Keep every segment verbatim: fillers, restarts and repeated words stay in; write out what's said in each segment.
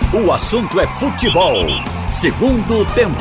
O assunto é futebol. Segundo tempo.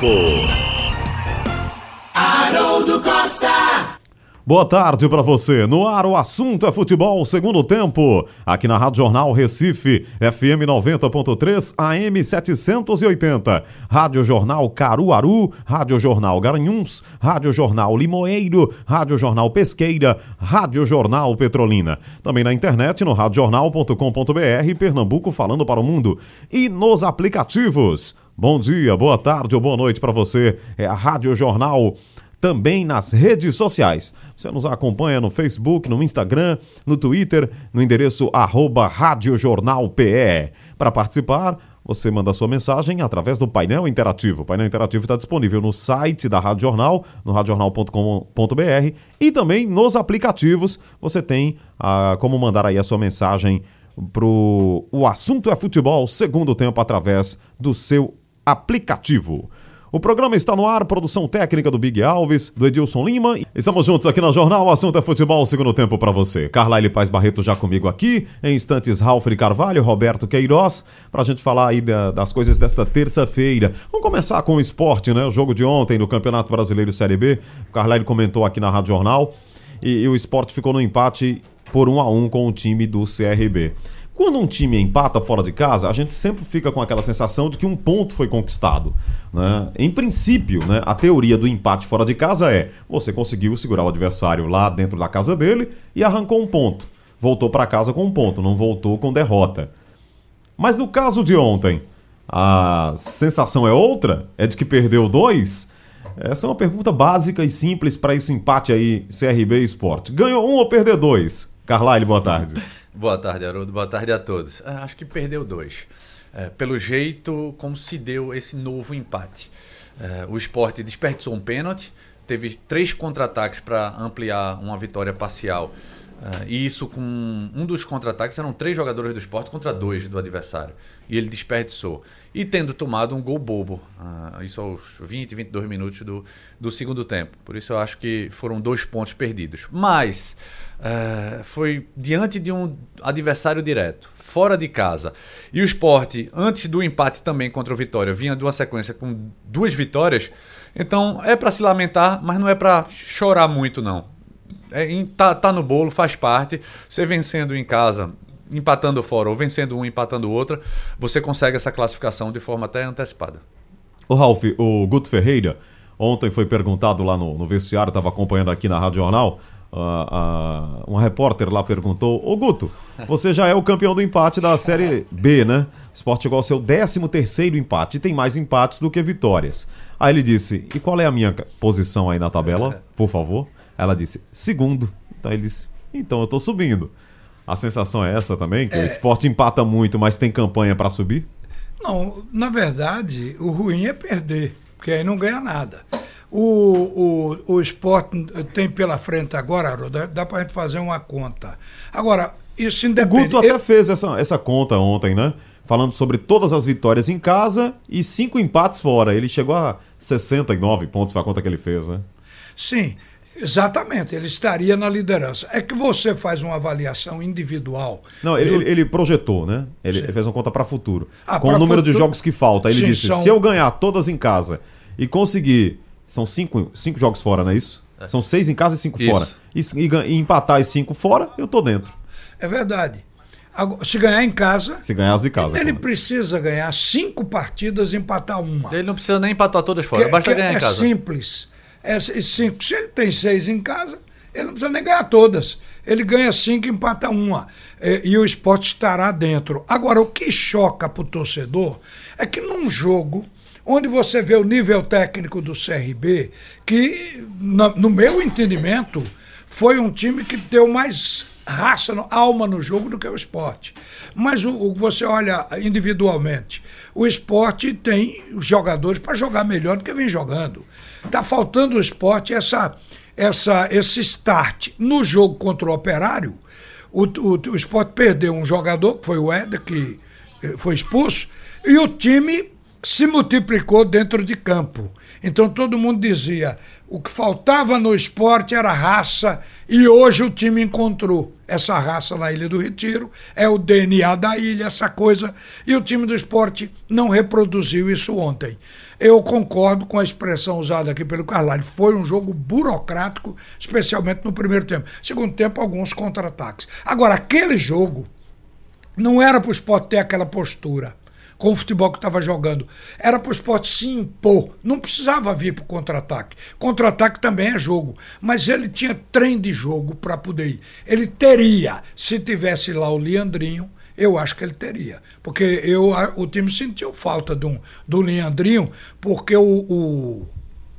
Haroldo Costa. Boa tarde para você. No ar, o assunto é futebol, segundo tempo. Aqui na Rádio Jornal Recife, F M noventa ponto três, A M setecentos e oitenta. Rádio Jornal Caruaru, Rádio Jornal Garanhuns, Rádio Jornal Limoeiro, Rádio Jornal Pesqueira, Rádio Jornal Petrolina. Também na internet, no rádio jornal ponto com ponto b r, Pernambuco falando para o mundo. E nos aplicativos. Bom dia, boa tarde ou boa noite para você. É a Rádio Jornal. Também nas redes sociais. Você nos acompanha no Facebook, no Instagram, no Twitter, no endereço arroba Rádio Jornal P E. Para participar, você manda sua mensagem através do painel interativo. O painel interativo está disponível no site da Rádio Jornal, no rádio jornal ponto com ponto b r, e também nos aplicativos. Você tem ah, como mandar aí a sua mensagem pro O Assunto é Futebol, segundo tempo, através do seu aplicativo. O programa está no ar, produção técnica do Big Alves, do Edilson Lima. Estamos juntos aqui na Jornal, o assunto é futebol, segundo tempo para você. Carlyle Paz Barreto já comigo aqui, em instantes Ralf Carvalho, Roberto Queiroz, para a gente falar aí da, das coisas desta terça-feira. Vamos começar com o esporte, né? O jogo de ontem no Campeonato Brasileiro Série B, o Carlyle comentou aqui na Rádio Jornal, e, e o esporte ficou no empate por um a um com o time do C R B. Quando um time empata fora de casa, a gente sempre fica com aquela sensação de que um ponto foi conquistado, né? Em princípio, né, a teoria do empate fora de casa é: você conseguiu segurar o adversário lá dentro da casa dele e arrancou um ponto. Voltou para casa com um ponto, não voltou com derrota. Mas no caso de ontem, a sensação é outra? É de que perdeu dois? Essa é uma pergunta básica e simples para esse empate aí, C R B e Sport. Ganhou um ou perdeu dois? Carlyle, boa tarde. Boa tarde, Haroldo. Boa tarde a todos. Ah, acho que perdeu dois. É, pelo jeito como se deu esse novo empate. É, o Sport desperdiçou um pênalti, teve três contra-ataques para ampliar uma vitória parcial. É, e isso com um dos contra-ataques eram três jogadores do Sport contra dois do adversário. E ele desperdiçou. E tendo tomado um gol bobo. Uh, isso aos vinte, vinte e dois minutos do, do segundo tempo. Por isso eu acho que foram dois pontos perdidos. Mas uh, foi diante de um adversário direto, fora de casa. E o Sport, antes do empate também contra o Vitória, vinha de uma sequência com duas vitórias. Então é para se lamentar, mas não é para chorar muito, não. É, tá, tá no bolo, faz parte. Você vencendo em casa, empatando fora ou vencendo um, empatando outra, você consegue essa classificação de forma até antecipada. O Ralf, o Guto Ferreira, ontem foi perguntado lá no, no vestiário, estava acompanhando aqui na Rádio Jornal, uh, uh, uma repórter lá perguntou: ô Guto, você já é o campeão do empate da Série B, né? O Sport chegou ao seu décimo terceiro empate, e tem mais empates do que vitórias. Aí ele disse: e qual é a minha posição aí na tabela, por favor? Ela disse: segundo. Então ele disse: então eu tô subindo. A sensação é essa também? Que é... o Sport empata muito, mas tem campanha para subir? Não, na verdade, o ruim é perder, porque aí não ganha nada. O, o, o Sport tem pela frente agora, Haroldo, dá para a gente fazer uma conta. Agora, isso independe... O Guto até Eu... fez essa, essa conta ontem, né? Falando sobre todas as vitórias em casa e cinco empates fora. Ele chegou a sessenta e nove pontos, foi a conta que ele fez, né? Sim. Exatamente, ele estaria na liderança. É que você faz uma avaliação individual. Não, ele, do... ele projetou, né? Ele Sim. fez uma conta para futuro. Ah, com o número futuro... de jogos que falta. Ele Sim, disse: são... se eu ganhar todas em casa e conseguir. São cinco, cinco jogos fora, não é isso? É. São seis em casa e cinco isso. fora. E, e, e empatar as cinco fora, eu tô dentro. É verdade. Agora, se ganhar em casa. Se ganhar as de casa. Ele claro. precisa ganhar cinco partidas e empatar uma. Ele não precisa nem empatar todas fora, que, basta que ganhar é em casa. É simples. É cinco. Se ele tem seis em casa, ele não precisa nem ganhar todas. Ele ganha cinco e empata uma. É, e o Sport estará dentro. Agora, o que choca para o torcedor é que num jogo onde você vê o nível técnico do C R B, que, no, no meu entendimento, foi um time que deu mais raça, alma no jogo do que o Sport. Mas o, o, você olha individualmente, o Sport tem jogadores para jogar melhor do que vem jogando. Está faltando o Sport essa, essa, esse start. No jogo contra o Operário, o, o, o Sport perdeu um jogador, que foi o Éder, que foi expulso, e o time se multiplicou dentro de campo. Então todo mundo dizia, o que faltava no esporte era raça, e hoje o time encontrou essa raça na Ilha do Retiro, é o D N A da ilha, essa coisa, e o time do esporte não reproduziu isso ontem. Eu concordo com a expressão usada aqui pelo Carlyle, foi um jogo burocrático, especialmente no primeiro tempo. Segundo tempo, alguns contra-ataques. Agora, aquele jogo não era para o esporte ter aquela postura com o futebol que estava jogando. Era para o esporte se impor. Não precisava vir para o contra-ataque. Contra-ataque também é jogo. Mas ele tinha trem de jogo para poder ir. Ele teria, se tivesse lá o Leandrinho, eu acho que ele teria. Porque eu, o time sentiu falta do, do Leandrinho, porque o, o,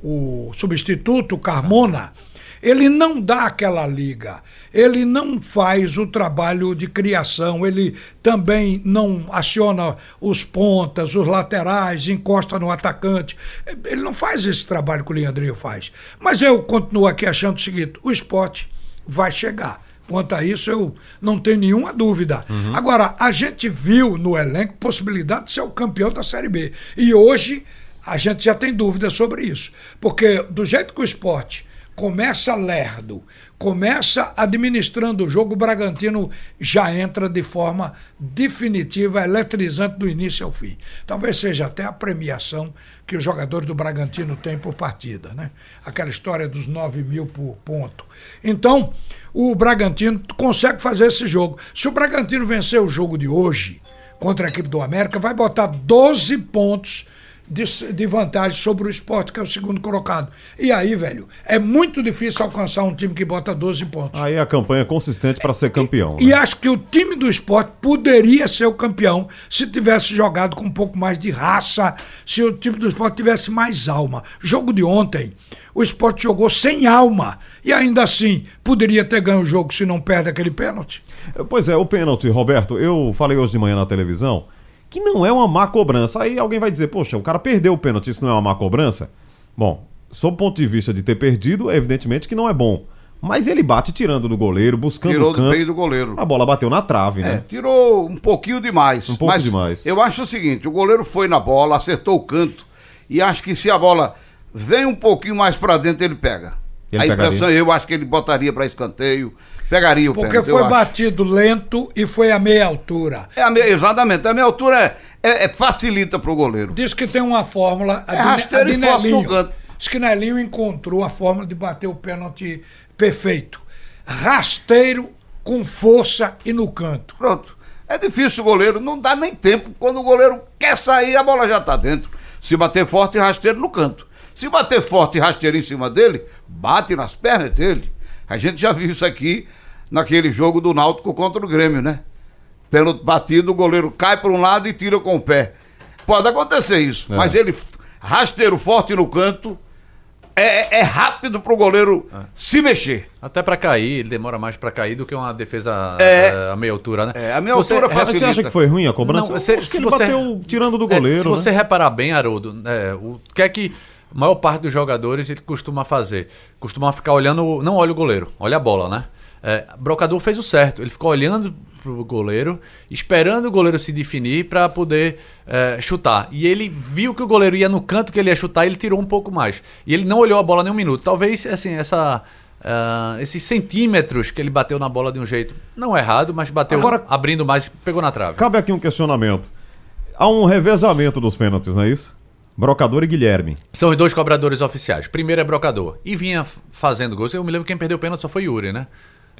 o substituto, o Carmona, ele não dá aquela liga, ele não faz o trabalho de criação, ele também não aciona os pontas, os laterais, encosta no atacante. Ele não faz esse trabalho que o Leandrinho faz. Mas eu continuo aqui achando o seguinte, o esporte vai chegar. Quanto a isso, eu não tenho nenhuma dúvida. Uhum. Agora, a gente viu no elenco possibilidade de ser o campeão da Série B. E hoje, a gente já tem dúvida sobre isso. Porque do jeito que o esporte começa lerdo, começa administrando o jogo, o Bragantino já entra de forma definitiva, eletrizante do início ao fim. Talvez seja até a premiação que os jogadores do Bragantino têm por partida, né? Aquela história dos nove mil por ponto. Então, o Bragantino consegue fazer esse jogo. Se o Bragantino vencer o jogo de hoje contra a equipe do América, vai botar doze pontos De, de vantagem sobre o Sport, que é o segundo colocado. E aí, velho, é muito difícil alcançar um time que bota doze pontos. Aí a campanha é consistente para ser campeão. E, né? e acho que o time do Sport poderia ser o campeão se tivesse jogado com um pouco mais de raça, se o time do Sport tivesse mais alma. Jogo de ontem, o Sport jogou sem alma. E ainda assim, poderia ter ganho o jogo se não perde aquele pênalti. Pois é, o pênalti, Roberto, eu falei hoje de manhã na televisão que não é uma má cobrança. Aí alguém vai dizer, poxa, o cara perdeu o pênalti, isso não é uma má cobrança? Bom, sob o ponto de vista de ter perdido, é evidentemente que não é bom. Mas ele bate tirando do goleiro, buscando tirou o canto. do meio do goleiro. A bola bateu na trave, né? É, tirou um pouquinho demais. Um pouco mas demais. Eu acho o seguinte, o goleiro foi na bola, acertou o canto, e acho que se a bola vem um pouquinho mais pra dentro, ele pega. Ele a impressão, pegaria. eu acho que ele botaria pra escanteio, pegaria o Porque pênalti. foi batido lento e foi a meia altura. É a meia, exatamente, a meia altura é, é, é facilita pro goleiro. Diz que tem uma fórmula, a É de, rasteiro a de e forte no Nelinho. canto. Diz que Nelinho encontrou a fórmula de bater o pênalti perfeito. Rasteiro, com força e no canto. Pronto. É difícil o goleiro, não dá nem tempo. Quando o goleiro quer sair, a bola já tá dentro. Se bater forte e rasteiro no canto. Se bater forte e rasteiro em cima dele, bate nas pernas dele. A gente já viu isso aqui naquele jogo do Náutico contra o Grêmio, né? Pelo batido, o goleiro cai para um lado e tira com o pé. Pode acontecer isso, é. Mas ele, rasteiro forte no canto, é, é rápido pro goleiro é. se mexer. Até para cair, ele demora mais para cair do que uma defesa é, a meia altura, né? É, a meia altura você, facilita. Você acha que foi ruim a cobrança? Não, você, acho que se ele você, bateu tirando do goleiro, é, Se você né? reparar bem, Haroldo, é, o que é que a maior parte dos jogadores ele costuma fazer? Costuma ficar olhando, não olha o goleiro, olha a bola, né? É, Brocador fez o certo, ele ficou olhando pro goleiro, esperando o goleiro se definir para poder é, chutar. E ele viu que o goleiro ia no canto que ele ia chutar e ele tirou um pouco mais. E ele não olhou a bola nem um minuto. Talvez assim, essa, uh, esses centímetros que ele bateu na bola de um jeito não errado, mas bateu Agora, abrindo mais e pegou na trave. Cabe aqui um questionamento. Há um revezamento dos pênaltis, não é isso? Brocador e Guilherme. São os dois cobradores oficiais. Primeiro é Brocador. E vinha fazendo gols. Eu me lembro que quem perdeu o pênalti só foi Yuri, né?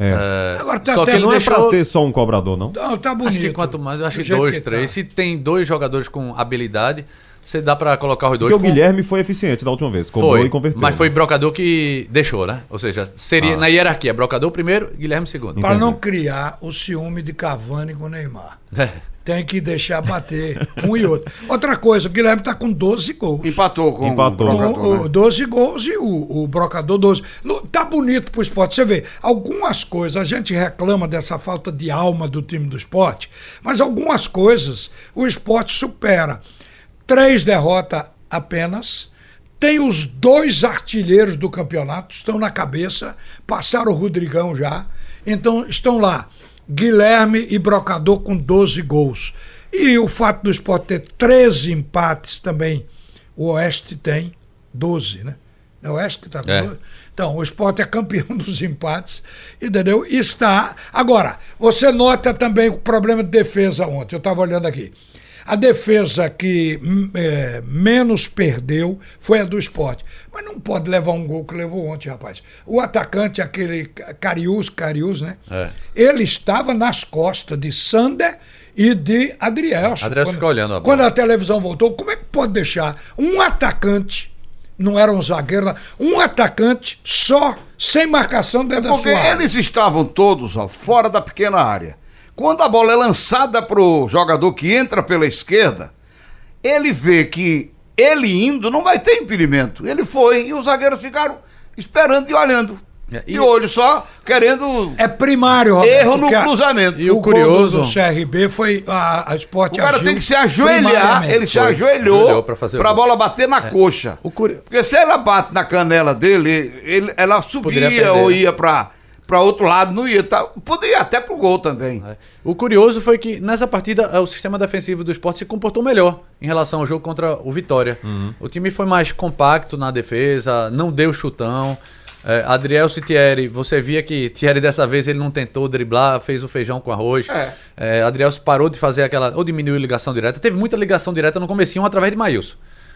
É. Uh, Agora tá só que até ele não deixou... é pra ter só um cobrador, não? Não, tá bonito. Acho que quanto mais, eu acho Do que jeito dois, que três. tá. Se tem dois jogadores com habilidade, você dá pra colocar os dois. Porque com... o Guilherme foi eficiente da última vez, cobrou foi, e converteu. mas foi Brocador que deixou, né? Ou seja, seria Ah. na hierarquia, Brocador primeiro, Guilherme segundo. Para Entendi. não criar o ciúme de Cavani com o Neymar. É. Tem que deixar bater um e outro. Outra coisa, o Guilherme tá com doze gols. Empatou com Empatou. o O, Brocador, o, né? doze gols e o, o Brocador doze. No, tá bonito pro esporte. Você vê, algumas coisas, a gente reclama dessa falta de alma do time do esporte, mas algumas coisas o esporte supera. Três derrotas apenas. Tem os dois artilheiros do campeonato, estão na cabeça, passaram o Rodrigão já. Então estão lá, Guilherme e Brocador com doze gols. E o fato do Sport ter treze empates também, o Oeste tem doze, né? É o Oeste que está com É. doze. Então, o Sport é campeão dos empates, entendeu? Está. Agora, você nota também o problema de defesa ontem. Eu estava olhando aqui. A defesa que hum, é, menos perdeu foi a do Sport. Mas não pode levar um gol que levou ontem, rapaz. O atacante, aquele Carius, Carius, né? É. Ele estava nas costas de Sander e de Adrielson. Adrielson Quando- ficou olhando a bola. Quando a televisão voltou, como é que pode deixar um atacante, não era um zagueiro, não, um atacante só, sem marcação dentro da Porque sua área? eles estavam todos ó, fora da pequena área. Quando a bola é lançada pro jogador que entra pela esquerda, ele vê que ele indo não vai ter impedimento. Ele foi e os zagueiros ficaram esperando e olhando. É, E, e- olho só, querendo É primário, Roberto, erro no porque a- cruzamento. E o o gol curioso- do C R B foi a, a Sport O cara agiu tem que se ajoelhar, primariamente. ele se Foi. ajoelhou Ajoelhou pra fazer o pra gol. bola bater na coxa. O curi- Porque se ela bate na canela dele, ele, ela Poderia subia perder, ou né? ia pra, pra outro lado, não ia. Tá, podia ir até pro gol também. É. O curioso foi que nessa partida eh, o sistema defensivo do Sport se comportou melhor em relação ao jogo contra o Vitória. O time foi mais compacto na defesa, não deu chutão. É, Adrielson e Thierry, você via que Thierry dessa vez ele não tentou driblar, fez o feijão com arroz. É. É, Adrielson parou de fazer aquela, ou diminuiu a ligação direta. Teve muita ligação direta no comecinho através de Maílson.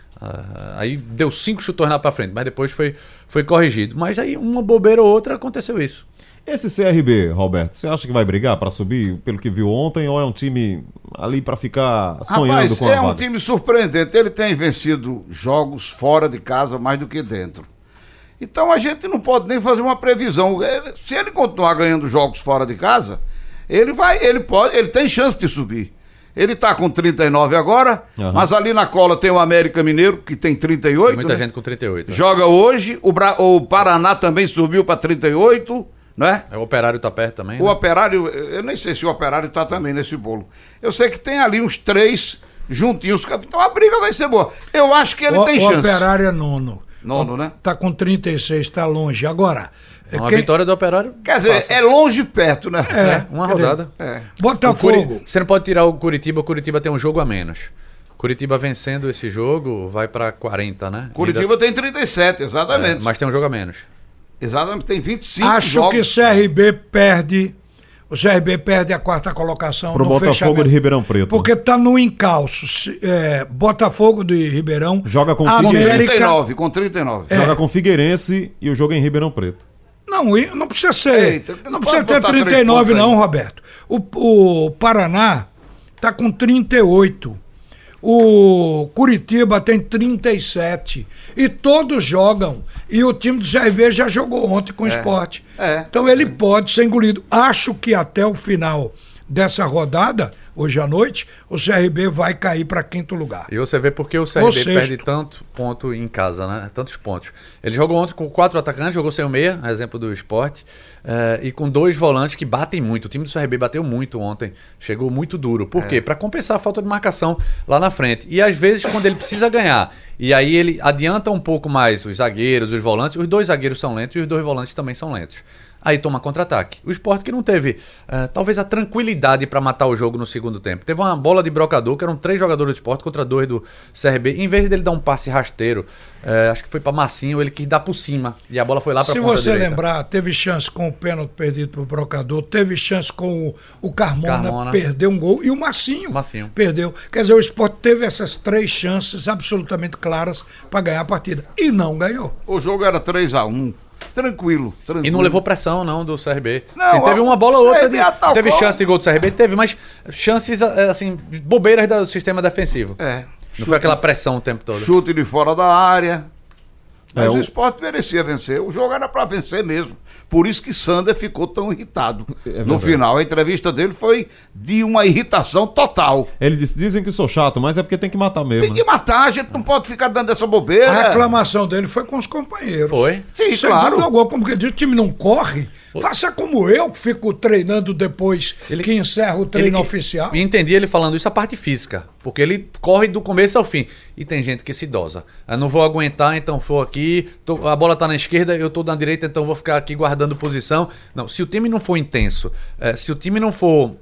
Ah, aí deu cinco chutões lá pra frente, mas depois foi, foi corrigido. Mas aí uma bobeira ou outra aconteceu isso. Esse C R B, Roberto, você acha que vai brigar para subir pelo que viu ontem ou é um time ali para ficar sonhando Rapaz, com a é um vaga? time surpreendente. Ele tem vencido jogos fora de casa mais do que dentro. Então a gente não pode nem fazer uma previsão. É, se ele continuar ganhando jogos fora de casa, ele vai, ele pode, ele tem chance de subir. Ele tá com trinta e nove agora, Aham. mas ali na cola tem o América Mineiro, que tem trinta e oito. Tem muita né? gente com trinta e oito. né? Joga hoje, o, Bra- o Paraná também subiu para trinta e oito, né? É, o Operário tá perto também. O né? Operário, eu nem sei se o Operário tá também nesse bolo. Eu sei que tem ali uns três juntinhos, então a briga vai ser boa. Eu acho que ele O, tem o chance. Operário é nono. Nono, né? Tá com trinta e seis, tá longe. Agora, Uma quem- vitória do Operário. Quer dizer, passa. é longe e perto, né? É, uma quer dizer, rodada. É. O Curi- Botafogo. Você não pode tirar o Curitiba, o Curitiba tem um jogo a menos. Curitiba vencendo esse jogo vai pra quarenta, né? Curitiba tem trinta e sete, Ainda- exatamente. é, mas tem um jogo a menos. Exatamente, tem vinte e cinco Acho jogos. que C R B perde. O C R B perde a quarta colocação Pro no Botafogo fechamento, de Ribeirão Preto. Porque tá no encalço. Se- é, Botafogo de Ribeirão. Joga com Com Figueirense. trinta e América. nove, com trinta e nove. Joga com Figueirense e o jogo é em Ribeirão Preto. Não, e não precisa ser. Eita, não não precisa pode ter botar trinta e três nove, pontos aí. não, Roberto. O, o Paraná tá com trinta e oito. O Curitiba tem trinta e sete. E todos jogam. E o time do C R B já jogou ontem com o Sport. é. Então ele pode ser engolido. Acho que até o final dessa rodada, hoje à noite, o C R B vai cair para quinto lugar. E você vê porque o C R Ou B sexto. perde tanto ponto em casa, né? Tantos pontos. Ele jogou ontem com quatro atacantes, jogou sem o meia, exemplo do Sport, eh, e com dois volantes que batem muito. O time do C R B bateu muito ontem, chegou muito duro. Por quê? Para compensar a falta de marcação lá na frente. E às vezes, quando ele precisa ganhar, e aí ele adianta um pouco mais os zagueiros, os volantes, os dois zagueiros são lentos e os dois volantes também são lentos. Aí toma contra-ataque. O Sport que não teve, eh, talvez, a tranquilidade para matar o jogo no segundo tempo. Teve uma bola de brocador, que eram três jogadores do Sport contra dois do C R B. Em vez dele dar um passe rasteiro, eh, acho que foi para Massinho, ele quis dar por cima. E a bola foi lá para Se ponta você direita. lembrar, teve chance com o pênalti perdido pro Brocador, teve chance com o, o Carmona, Carmona. perdeu um gol, e o Massinho, Massinho. perdeu. Quer dizer, o Sport teve essas três chances absolutamente claras para ganhar a partida. E não ganhou. O jogo era três a um. Tranquilo, tranquilo. E não levou pressão, não, do C R B. Não, Assim, teve ó, uma bola ou o outra. C R B De, atacou. teve chance de gol do C R B? Teve, mas chances, eh, assim, bobeiras do sistema defensivo. É. Não foi aquela pressão o tempo todo. Chute de fora da área. Mas É, o o- Sport merecia vencer. O jogo era pra vencer mesmo. Por isso que Sander ficou tão irritado. É no verdade. final, a entrevista dele foi de uma irritação total. Ele disse, dizem que sou chato, mas é porque tem que matar mesmo. Tem né? que matar, a gente não pode ficar dando essa bobeira. A reclamação dele foi com os companheiros. Foi? Sim, Sem claro. dúvida alguma, como que diz, o time não corre. Faça como eu, que fico treinando depois que encerra o treino Ele que- oficial. E entendi ele falando isso a parte física. Porque ele corre do começo ao fim. E tem gente que se idosa. Eu não vou aguentar, então vou aqui. tô- a bola tá na esquerda, eu tô na direita, então vou ficar aqui guardando posição. Não, se o time não for intenso, eh, se o time não for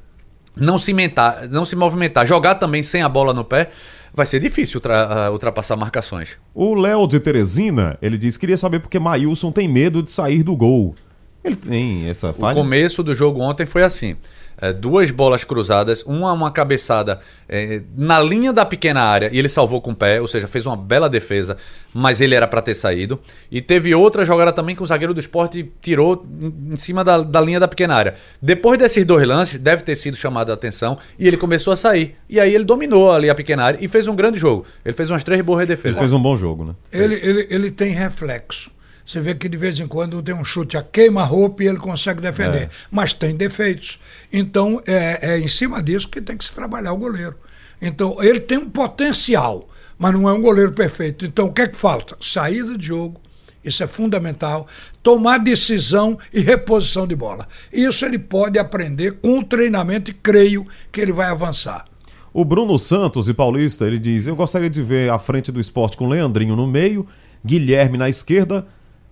não se, mentar, não se movimentar, jogar também sem a bola no pé, vai ser difícil ultra, uh, ultrapassar marcações. O Léo de Teresina, ele diz, queria saber por que Maílson tem medo de sair do gol. Ele tem essa falha? O começo do jogo ontem foi assim. É, duas bolas cruzadas, uma uma cabeçada é, na linha da pequena área e ele salvou com o pé, ou seja, fez uma bela defesa, mas ele era para ter saído. E teve outra jogada também que o zagueiro do Sport tirou em, em cima da, da linha da pequena área. Depois desses dois lances, deve ter sido chamado a atenção e ele começou a sair. E aí ele dominou ali a pequena área e fez um grande jogo. Ele fez umas três boas defesas. Ele fez um bom jogo, né? Ele, ele, ele tem reflexo. Você vê que de vez em quando tem um chute a queima-roupa e ele consegue defender. É. Mas tem defeitos. Então, é, é em cima disso que tem que se trabalhar o goleiro. Então, ele tem um potencial, mas não é um goleiro perfeito. Então, o que é que falta? Saída de jogo, isso é fundamental. Tomar decisão e reposição de bola. Isso ele pode aprender com o treinamento e creio que ele vai avançar. O Bruno Santos, de Paulista, ele diz, eu gostaria de ver a frente do Sport com Leandrinho no meio, Guilherme na esquerda,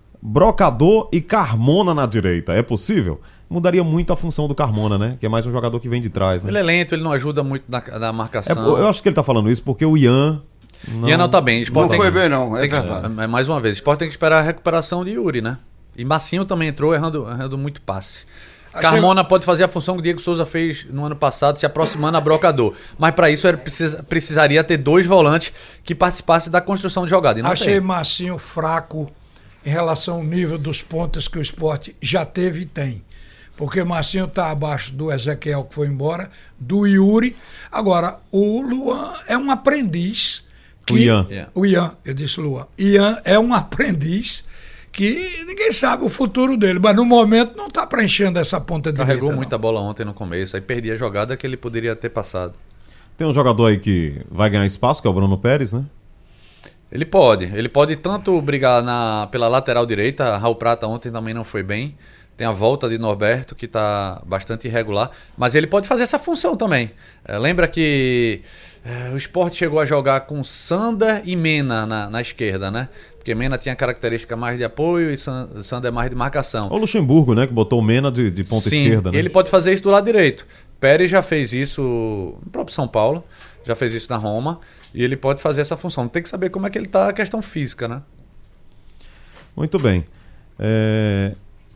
Brocador e Carmona na direita. É possível? Mudaria muito a função do Carmona, né? Que é mais um jogador que vem de trás. Né? Ele é lento, ele não ajuda muito na, na marcação. É, eu acho que ele tá falando isso porque o Ian... Não... Ian não tá bem. Não foi que, bem, não. É tem verdade. Que, é, mais uma vez, o Sport tem que esperar a recuperação de Yuri, né? E Massinho também entrou errando, errando muito passe. Achei... Carmona pode fazer a função que o Diego Souza fez no ano passado, se aproximando a Brocador. Mas para isso ele precisa, precisaria ter dois volantes que participassem da construção de jogada. E não Achei tem. Massinho fraco em relação ao nível dos pontas que o Sport já teve e tem. Porque Marcinho está abaixo do Ezequiel, que foi embora, do Yuri. Agora, o Luan é um aprendiz. Que, o Ian. O Ian, eu disse Luan. Ian é um aprendiz que ninguém sabe o futuro dele, mas no momento não está preenchendo essa ponta direita. Carregou muita bola ontem no começo, aí perdi a jogada que ele poderia ter passado. Tem um jogador aí que vai ganhar espaço, que é o Bruno Pérez, né? Ele pode, ele pode tanto brigar na, pela lateral direita, Raul Prata ontem também não foi bem, tem a volta de Norberto que está bastante irregular, mas ele pode fazer essa função também. É, lembra que é, o Sport chegou a jogar com Sander e Mena na, na esquerda, né? Porque Mena tinha característica mais de apoio e Sander mais de marcação. O Luxemburgo, né, que botou o Mena de, de ponta Sim, esquerda, né? Ele pode fazer isso do lado direito. Pérez já fez isso no próprio São Paulo, já fez isso na Roma, e ele pode fazer essa função. Tem que saber como é que ele está a questão física, né? Muito bem. É...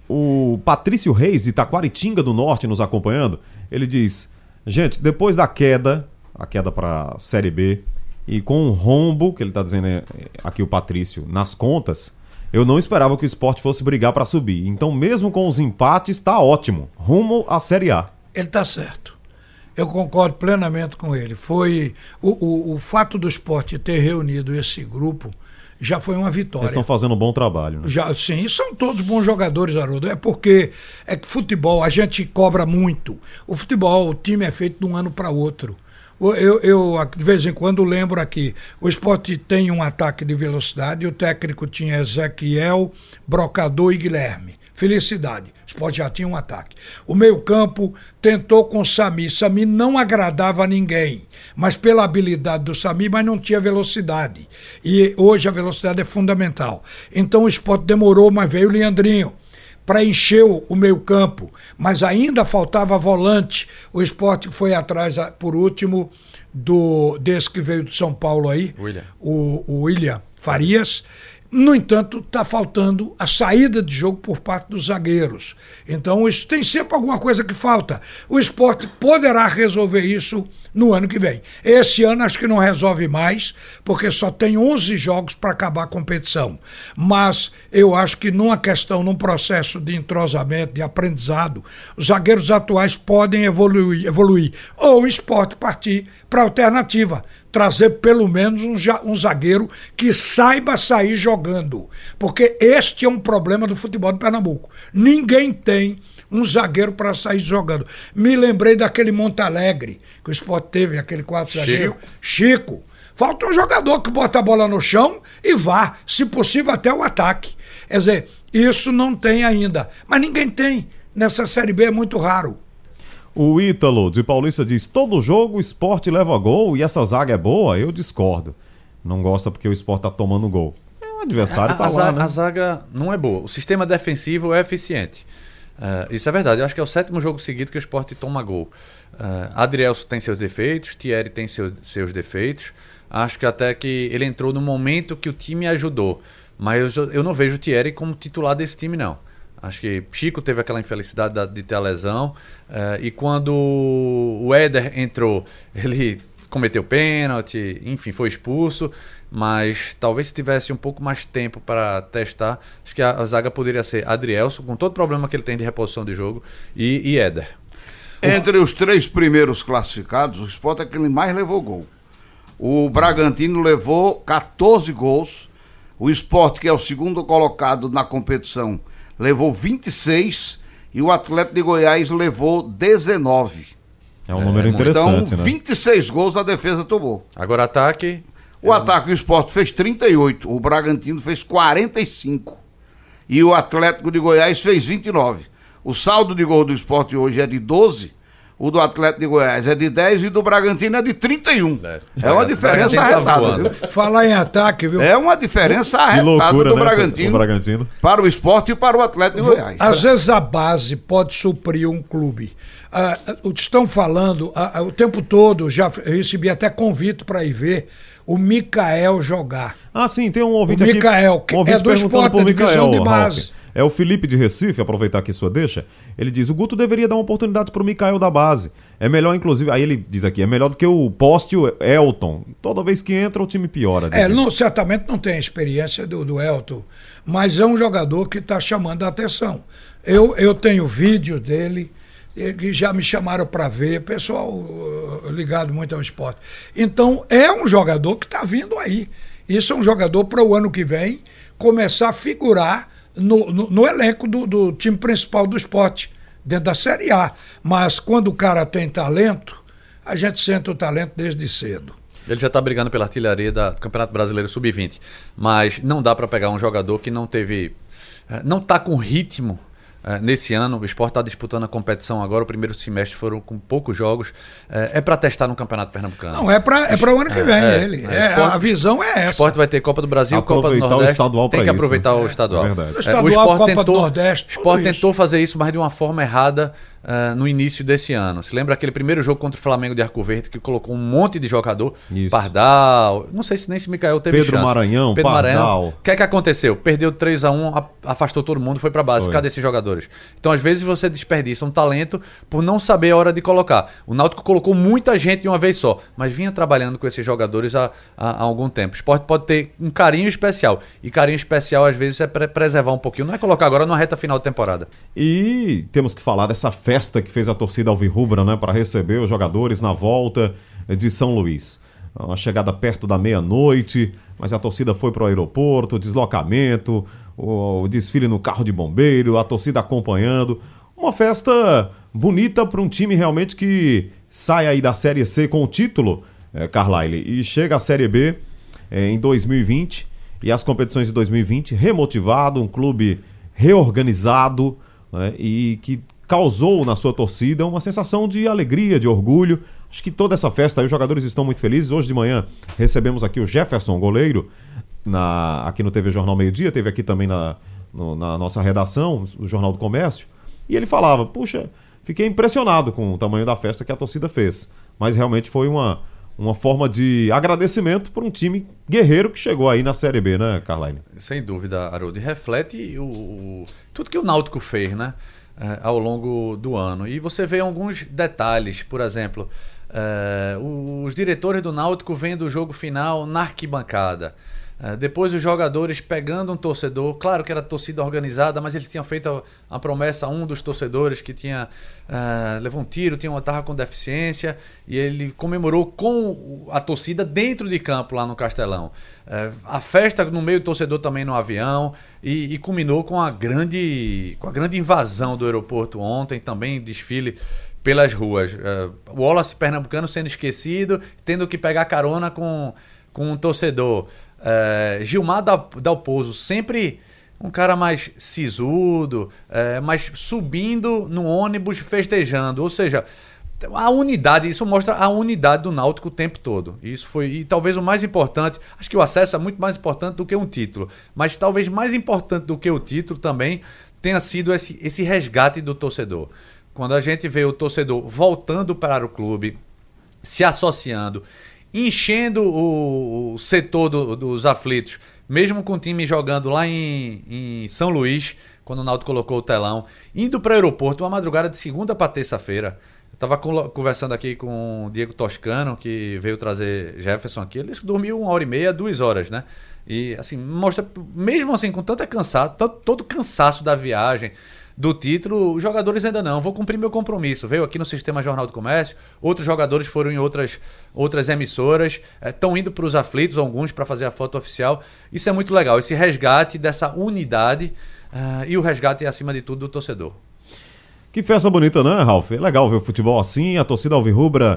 O Patrício Reis, de Taquaritinga do Norte, nos acompanhando, ele diz, gente, depois da queda, a queda para a Série B, e com o rombo, que ele está dizendo aqui o Patrício, nas contas, eu não esperava que o Sport fosse brigar para subir. Então, mesmo com os empates, está ótimo. Rumo à Série A. Ele está certo. Eu concordo plenamente com ele. Foi o, o, o fato do Sport ter reunido esse grupo já foi uma vitória. Eles estão fazendo um bom trabalho, né? Já, sim, são todos bons jogadores, Haroldo. É porque é que futebol a gente cobra muito. O futebol, o time é feito de um ano para outro. Eu, eu, de vez em quando, lembro aqui, o Sport tem um ataque de velocidade e o técnico tinha Ezequiel, Brocador e Guilherme. Felicidade. O Sport já tinha um ataque. O meio-campo tentou com o Sami. Sami não agradava a ninguém, mas pela habilidade do Sami, mas não tinha velocidade. E hoje a velocidade é fundamental. Então o Sport demorou, mas veio o Leandrinho para encher o meio-campo, mas ainda faltava volante. O Sport foi atrás, por último, do desse que veio de São Paulo aí, William. O, o William Farias. No entanto, está faltando a saída de jogo por parte dos zagueiros. Então, isso tem sempre alguma coisa que falta. O Sport poderá resolver isso no ano que vem. Esse ano acho que não resolve mais, porque só tem onze jogos para acabar a competição. Mas eu acho que numa questão, num processo de entrosamento, de aprendizado, os zagueiros atuais podem evoluir, evoluir. Ou o Sport partir para a alternativa. Trazer pelo menos um, um zagueiro que saiba sair jogando. Porque este é um problema do futebol de Pernambuco. Ninguém tem um zagueiro para sair jogando. Me lembrei daquele Montalegre, que o Sport teve, aquele quatro zagueiro. Chico. Falta um jogador que bota a bola no chão e vá, se possível, até o ataque. Quer dizer, isso não tem ainda. Mas ninguém tem. Nessa Série B é muito raro. O Ítalo, de Paulista, diz, todo jogo o Sport leva gol e essa zaga é boa? Eu discordo. Não gosta porque o Sport tá tomando gol. É, o adversário tá a, a lá, zaga, né? A zaga não é boa. O sistema defensivo é eficiente. Uh, isso é verdade. Eu acho que é o sétimo jogo seguido que o Sport toma gol. Uh, Adrielson tem seus defeitos, Thierry tem seu, seus defeitos. Acho que até que ele entrou no momento que o time ajudou. Mas eu, eu não vejo o Thierry como titular desse time, não. Acho que Chico teve aquela infelicidade da, de ter a lesão. Uh, e quando o Éder entrou, ele cometeu pênalti, enfim, foi expulso. Mas talvez se tivesse um pouco mais tempo para testar, acho que a, a zaga poderia ser Adrielson, com todo o problema que ele tem de reposição de jogo, e, e Éder. Entre os três primeiros classificados, o Sport é quem mais levou gol. O Bragantino levou catorze gols. O Sport, que é o segundo colocado na competição, levou vinte e seis. E o Atlético de Goiás levou dezenove. É um número É, interessante, Então, né? vinte e seis gols a defesa tomou. Agora ataque... O ataque do Sport fez trinta e oito, o Bragantino fez quarenta e cinco e o Atlético de Goiás fez vinte e nove. O saldo de gol do Sport hoje é de doze, o do Atlético de Goiás é de dez e do Bragantino é de trinta e um. É, É uma diferença Bragantino tá arretada, voando. viu? Falar em ataque, viu? É uma diferença Que arretada loucura, do né? Bragantino, O Bragantino. para o Sport e para o Atlético de Goiás. Às vezes a base pode suprir um clube. Ah, o que estão falando ah, o tempo todo, já recebi até convite para ir ver o Mikael jogar. Ah, sim, tem um ouvinte O aqui. Mikael, que um ouvinte é do perguntando Sport, pro da divisão Mikael, de base. Ralf. É o Felipe de Recife, aproveitar aqui sua deixa. Ele diz: o Guto deveria dar uma oportunidade pro Mikael da base. É melhor, inclusive, aí ele diz aqui, é melhor do que o Poste e o Elton. Toda vez que entra, o time piora. diz É, ele. não, certamente não tem a experiência do, do Elton, mas é um jogador que está chamando a atenção. Eu, eu tenho vídeo dele, eh, que já me chamaram para ver, pessoal uh, ligado muito ao esporte. Então, é um jogador que está vindo aí. Isso é um jogador para o ano que vem começar a figurar no, no, no elenco do, do time principal do esporte, dentro da Série A. Mas quando o cara tem talento, a gente sente o talento desde cedo. Ele já está brigando pela artilharia da- do Campeonato Brasileiro sub vinte. Mas não dá para pegar um jogador que não teve... eh, não está com ritmo eh, nesse ano. O Sport está disputando a competição agora. O primeiro semestre foram com poucos jogos. Eh, é para testar no Campeonato Pernambucano. Não, é para é para o ano que vem É, ele. é, É, esporte- a visão é O essa. Sport vai ter Copa do Brasil, Copa do Aproveitar o Nordeste. estadual Tem pra que isso. aproveitar o estadual. É verdade. O estadual, Copa do Nordeste, O Sport tudo isso. tentou fazer isso, mas de uma forma errada uh, no início desse ano. Se lembra aquele primeiro jogo contra o Flamengo de Arco Verde, que colocou um monte de jogador? Isso. Pardal, não sei se nem se Mikael teve Pedro chance. Maranhão, Pedro Pardal. Maranhão. O que é que aconteceu? Perdeu três a um, a- afastou todo mundo, foi pra base. Foi. Cadê esses jogadores? Então, às vezes, você desperdiça um talento por não saber a hora de colocar. O Náutico colocou muita gente de uma vez só, mas vinha trabalhando com esses jogadores há, há- há algum tempo. O Sport pode ter um carinho especial. E carinho especial, às vezes, é pre- preservar um pouquinho. Não é colocar agora numa reta final de temporada. E temos que falar dessa festa que fez a torcida alvirrubra, né, para receber os jogadores na volta de São Luís. Uma chegada perto da meia-noite, mas a torcida foi para o aeroporto, deslocamento, o, o desfile no carro de bombeiro, a torcida acompanhando. Uma festa bonita para um time realmente que sai aí da Série C com o título, eh, Carlyle, e chega à Série B eh, em dois mil e vinte, e as competições de dois mil e vinte, remotivado, um clube reorganizado, né, e que causou na sua torcida uma sensação de alegria, de orgulho. Acho que toda essa festa aí, os jogadores estão muito felizes. Hoje de manhã recebemos aqui o Jefferson, goleiro, na, aqui no T V Jornal Meio Dia, teve aqui também na, no- na nossa redação, o Jornal do Comércio, e ele falava, puxa, fiquei impressionado com o tamanho da festa que a torcida fez, mas realmente foi uma, uma forma de agradecimento por um time guerreiro que chegou aí na Série B, né, Carline? Sem dúvida, Haroldo. E reflete o, o- tudo que o Náutico fez, né? eh, ao longo do ano. E você vê alguns detalhes, por exemplo, eh, os diretores do Náutico vendo o jogo final na arquibancada. Eh, depois os jogadores pegando um torcedor, claro que era torcida organizada, mas eles tinham feito a, a promessa a um dos torcedores que tinha eh, levou um tiro, tinha uma tarra com deficiência, e ele comemorou com a torcida dentro de campo lá no Castelão. Eh, a festa no meio do torcedor também no avião, e, e culminou com a grande com a grande invasão do aeroporto ontem, também desfile pelas ruas. Uh, o Wallace pernambucano sendo esquecido, tendo que pegar carona com, com um torcedor. Uh, Gilmar Dal- Dalpozo, sempre um cara mais sisudo, uh, mas subindo no ônibus festejando. Ou seja, a unidade, isso mostra a unidade do Náutico o tempo todo. Isso foi, e talvez o mais importante, acho que o acesso é muito mais importante do que um título, mas talvez mais importante do que o título também tenha sido esse, esse resgate do torcedor. Quando a gente vê o torcedor voltando para o clube, se associando, enchendo o, o setor do, dos aflitos, mesmo com o time jogando lá em, em São Luís, quando o Náutico colocou o telão, indo para o aeroporto, uma madrugada de segunda para terça-feira. Eu estava conversando aqui com o Diego Toscano, que veio trazer Jefferson aqui. Ele disse que dormiu uma hora e meia, duas horas, né? E assim, mostra, mesmo assim, com tanta cansaço, todo, todo cansaço da viagem, do título, os jogadores ainda não. Vou cumprir meu compromisso. Veio aqui no Sistema Jornal do Comércio, outros jogadores foram em outras, outras emissoras, estão é, indo para os aflitos, alguns para fazer a foto oficial. Isso é muito legal, esse resgate dessa unidade uh, e o resgate, acima de tudo, do torcedor. Que festa bonita, né, Ralf? É legal ver o futebol assim, a torcida alvirrubra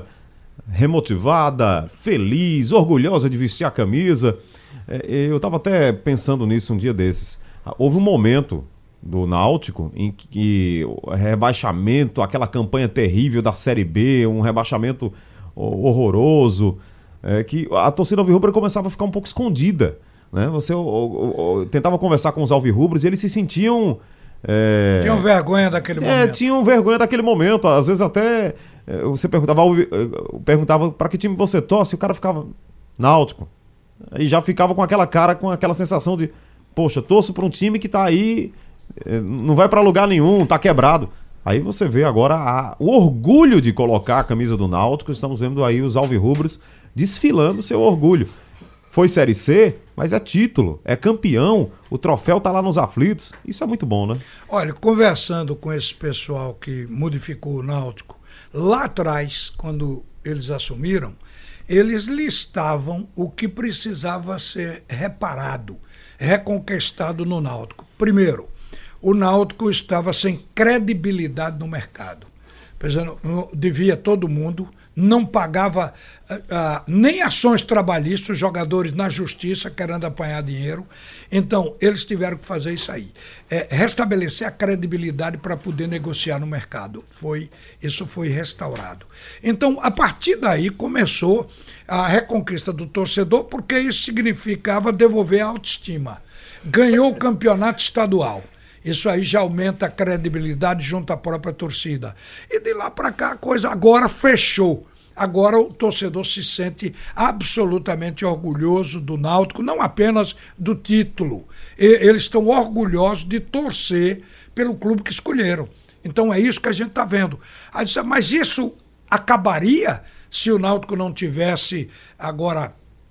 remotivada, feliz, orgulhosa de vestir a camisa. É, eu estava até pensando nisso um dia desses. Houve um momento do Náutico em que o rebaixamento, aquela campanha terrível da Série B, um rebaixamento horroroso, é, que a torcida alvirrubra começava a ficar um pouco escondida, né? Você o, o, o, tentava conversar com os alvirrubros e eles se sentiam... É, tinham vergonha daquele é, momento. Tinham vergonha daquele momento. Às vezes até é, você perguntava, perguntava para que time você torce, e o cara ficava Náutico. E já ficava com aquela cara, com aquela sensação de, poxa, torço para um time que tá aí, não vai para lugar nenhum, tá quebrado. Aí você vê agora a, o orgulho de colocar a camisa do Náutico. Estamos vendo aí os alvirrubros desfilando seu orgulho. Foi Série C, mas é título, é campeão, o troféu tá lá nos aflitos. Isso é muito bom, né? Olha, conversando com esse pessoal que modificou o Náutico, lá atrás, quando eles assumiram, eles listavam o que precisava ser reparado, reconquistado no Náutico. Primeiro, o Náutico estava sem credibilidade no mercado. Pensando, devia todo mundo, não pagava uh, uh, nem ações trabalhistas, os jogadores na justiça querendo apanhar dinheiro. Então, eles tiveram que fazer isso aí. É, restabelecer a credibilidade para poder negociar no mercado. Foi, isso foi restaurado. Então, a partir daí, começou a reconquista do torcedor, porque isso significava devolver a autoestima. Ganhou o campeonato estadual. Isso aí já aumenta a credibilidade junto à própria torcida. E de lá para cá a coisa agora fechou. Agora o torcedor se sente absolutamente orgulhoso do Náutico, não apenas do título. E, eles estão orgulhosos de torcer pelo clube que escolheram. Então é isso que a gente está vendo. Aí disse, mas isso acabaria se o Náutico não tivesse agora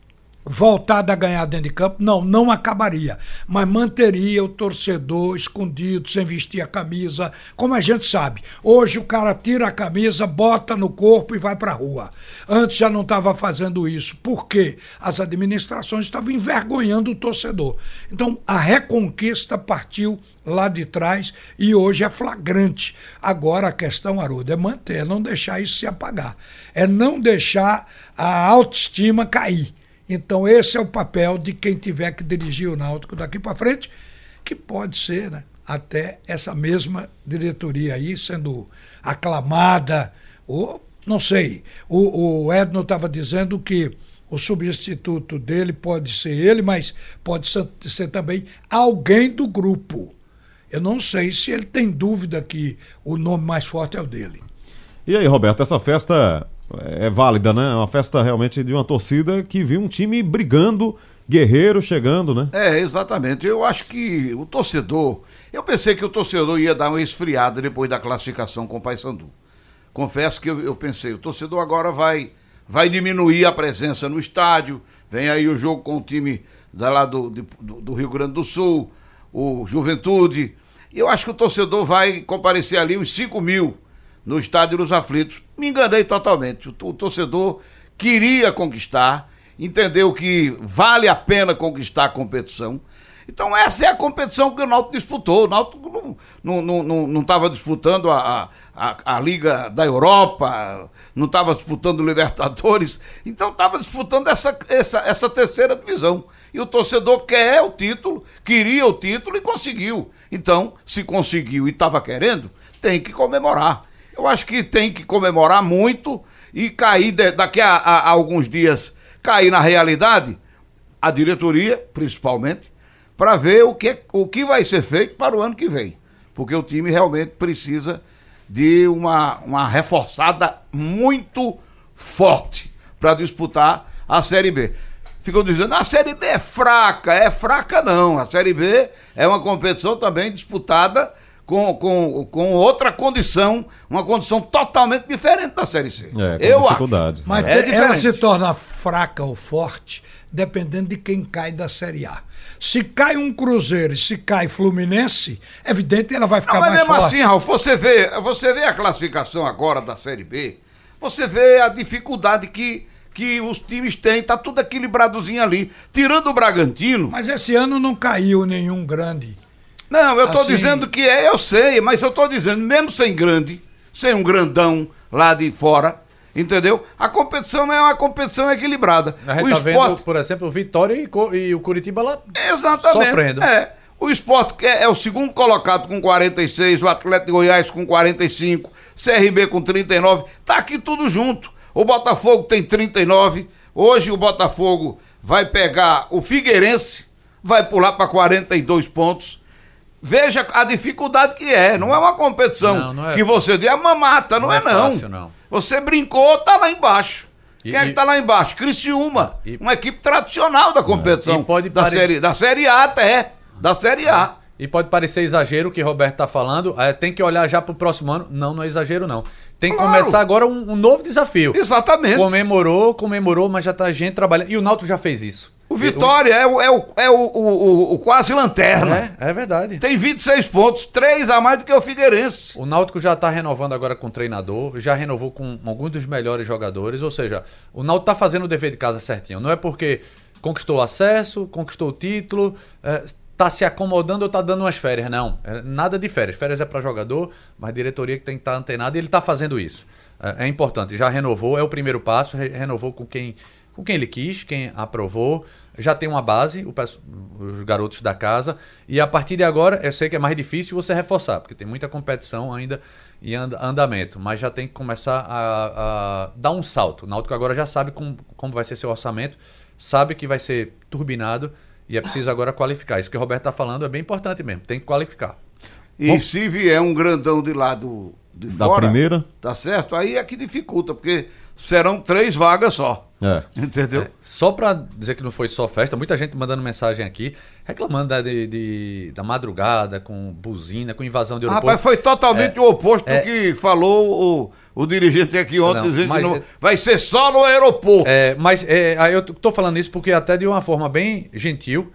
voltado a ganhar dentro de campo? Não, não acabaria, mas manteria o torcedor escondido, sem vestir a camisa, como a gente sabe. Hoje o cara tira a camisa, bota no corpo e vai para a rua. Antes já não estava fazendo isso, porque as administrações estavam envergonhando o torcedor. Então a reconquista partiu lá de trás e hoje é flagrante. Agora a questão, Haroldo, é manter, é não deixar isso se apagar, é não deixar a autoestima cair. Então esse é o papel de quem tiver que dirigir o Náutico daqui para frente, que pode ser, né, até essa mesma diretoria aí sendo aclamada, ou não sei, o, o Edno estava dizendo que o substituto dele pode ser ele, mas pode ser, ser também alguém do grupo. Eu não sei se ele tem dúvida que o nome mais forte é o dele. E aí, Roberto, essa festa é válida, né? É uma festa realmente de uma torcida que viu um time brigando, guerreiro chegando, né? É, exatamente. Eu acho que o torcedor... Eu pensei que o torcedor ia dar uma esfriada depois da classificação com o Paysandu. Confesso que eu, eu pensei, o torcedor agora vai, vai diminuir a presença no estádio, vem aí o jogo com o time da, lá do, do, do Rio Grande do Sul, o Juventude. Eu acho que o torcedor vai comparecer ali uns cinco mil no Estádio dos Aflitos. Me enganei totalmente. O, o torcedor queria conquistar, entendeu que vale a pena conquistar a competição. Então essa é a competição que o Náutico disputou. O Náutico não estava não, não, não, não disputando a, a, a Liga da Europa, não estava disputando o Libertadores, então estava disputando essa, essa, essa terceira divisão. E o torcedor quer o título, queria o título e conseguiu. Então, se conseguiu e estava querendo, tem que comemorar. Eu acho que tem que comemorar muito e cair, de, daqui a, a, a alguns dias, cair na realidade, a diretoria, principalmente, para ver o que, o que vai ser feito para o ano que vem. porque o time realmente precisa de uma, uma reforçada muito forte para disputar a Série B. Ficam dizendo, a Série B é fraca, é fraca não, a Série B é uma competição também disputada com, com, com outra condição, uma condição totalmente diferente da Série C. É, com eu dificuldade. acho. Mas é te- ela diferente. se torna fraca ou forte dependendo de quem cai da Série A. Se cai um Cruzeiro e se cai Fluminense, é evidente que ela vai ficar Não, mas mais mesmo forte. assim, Ralf, você vê, você vê a classificação agora da Série B, você vê a dificuldade que, que os times têm, tá tudo equilibradozinho ali. Tirando o Bragantino. Mas esse ano não caiu nenhum grande. Não, eu tô Assim- dizendo que é, eu sei, mas eu tô dizendo, mesmo sem grande, sem um grandão lá de fora, entendeu? A competição é uma competição equilibrada. A gente O tá esporte. vendo, por exemplo, o Vitória e, Co- e o Curitiba lá Exatamente. sofrendo. É. O Sport que é, é o segundo colocado com quarenta e seis, o Atlético de Goiás com quarenta e cinco, C R B com trinta e nove, tá aqui tudo junto. O Botafogo tem trinta e nove, hoje o Botafogo vai pegar o Figueirense, vai pular para quarenta e dois pontos. Veja a dificuldade que é, não é uma competição Não, não é. que você diz, é uma mata, não, Não é, é não. fácil, não. Você brincou, tá lá embaixo. E- Quem é que e- tá lá embaixo? Criciúma, E- uma equipe tradicional da competição, E pode da, pare- série, da Série A até, da Série A. E pode parecer exagero o que o Roberto tá falando, é, tem que olhar já pro próximo ano. Não, não é exagero não. Tem que Claro. começar agora um, um novo desafio. Exatamente. Comemorou, comemorou, mas já tá gente trabalhando. E o Náutico já fez isso. O Vitória é, o, é, o, é o, o, o- o quase lanterna. É, é verdade. Tem vinte e seis pontos, três a mais do que o Figueirense. O Náutico já está renovando agora com o treinador, já renovou com alguns dos melhores jogadores, ou seja, o Náutico está fazendo o dever de casa certinho. Não é porque conquistou acesso, conquistou o título, está se acomodando ou está dando umas férias, não. É, nada de férias. Férias é para jogador, mas a diretoria que tem que estar antenada e ele está fazendo isso. É, é importante, já renovou, é o primeiro passo, re- renovou com quem, com quem ele quis, quem aprovou. Já tem uma base, o pesso- os garotos da casa, e a partir de agora, eu sei que é mais difícil você reforçar, porque tem muita competição ainda em anda- andamento, mas já tem que começar a, a dar um salto. O Náutico agora já sabe como, como vai ser seu orçamento, sabe que vai ser turbinado, e é preciso agora qualificar. Isso que o Roberto está falando é bem importante mesmo, tem que qualificar. E Bom. se vier um grandão de lá do, de Da fora, primeira? tá certo? Aí é que dificulta, porque serão três vagas só. É. Entendeu? É, só para dizer que não foi só festa, muita gente mandando mensagem aqui, reclamando da, de, de- da madrugada, com buzina, com invasão de aeroporto. Rapaz, foi totalmente É, o oposto é. do que falou o, o dirigente aqui ontem, Não, dizendo mas- que não, vai ser só no aeroporto. É, mas é, aí eu t- tô falando isso porque até de uma forma bem gentil,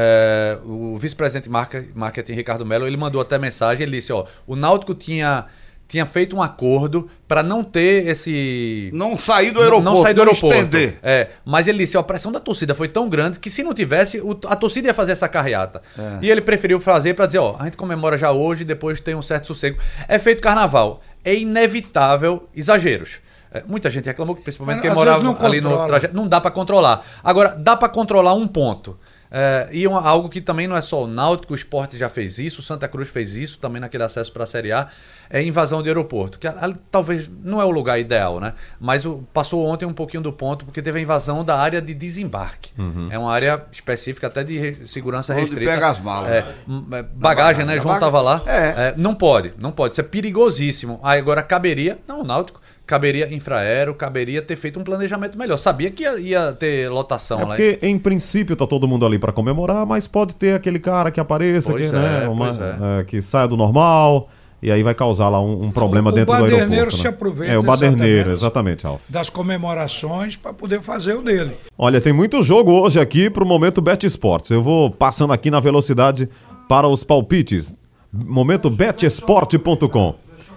é, o vice-presidente de marca- marketing, Ricardo Melo, ele mandou até mensagem, ele disse, ó, o Náutico tinha, tinha feito um acordo para não ter esse... Não sair do Não- aeroporto, não sair do aeroporto. estender. É, mas ele disse, ó, a pressão da torcida foi tão grande que se não tivesse, o- a torcida ia fazer essa carreata. É. E ele preferiu fazer para dizer, ó, a gente comemora já hoje, depois tem um certo sossego. É feito carnaval. É inevitável exageros. É, muita gente reclamou que principalmente Mas, quem às morava vezes, não ali no controla. trajeto, não dá para controlar. Agora, dá para controlar um ponto. É, e uma- algo que também não é só o Náutico, o Sport já fez isso, o Santa Cruz fez isso, também naquele acesso para a Série A, é invasão de aeroporto, que ali talvez não é o lugar ideal, né? Mas o- passou ontem um pouquinho do ponto, porque teve a invasão da área de desembarque. É uma área específica até de re- segurança Onde restrita. pega as malas. É, m- é, bagagem, né? Na João baga- tava lá. É. É, não pode, não pode. Isso é perigosíssimo. Aí agora caberia, não, o Náutico, caberia infraero, caberia ter feito um planejamento melhor. Sabia que ia, ia ter lotação É lá. porque, em princípio, tá todo mundo ali para comemorar, mas pode ter aquele cara que apareça, Pois que, é, né, uma- pois é. é, que saia do normal, e aí vai causar lá um, um problema O- o dentro do baderneiro aeroporto. se né? aproveita É, o baderneiro, exatamente. exatamente, Alf. Das comemorações para poder fazer o dele. Olha, tem muito jogo hoje aqui pro Momento Bet Esportes. Eu vou passando aqui na velocidade para os palpites. Momento bet esporte ponto com.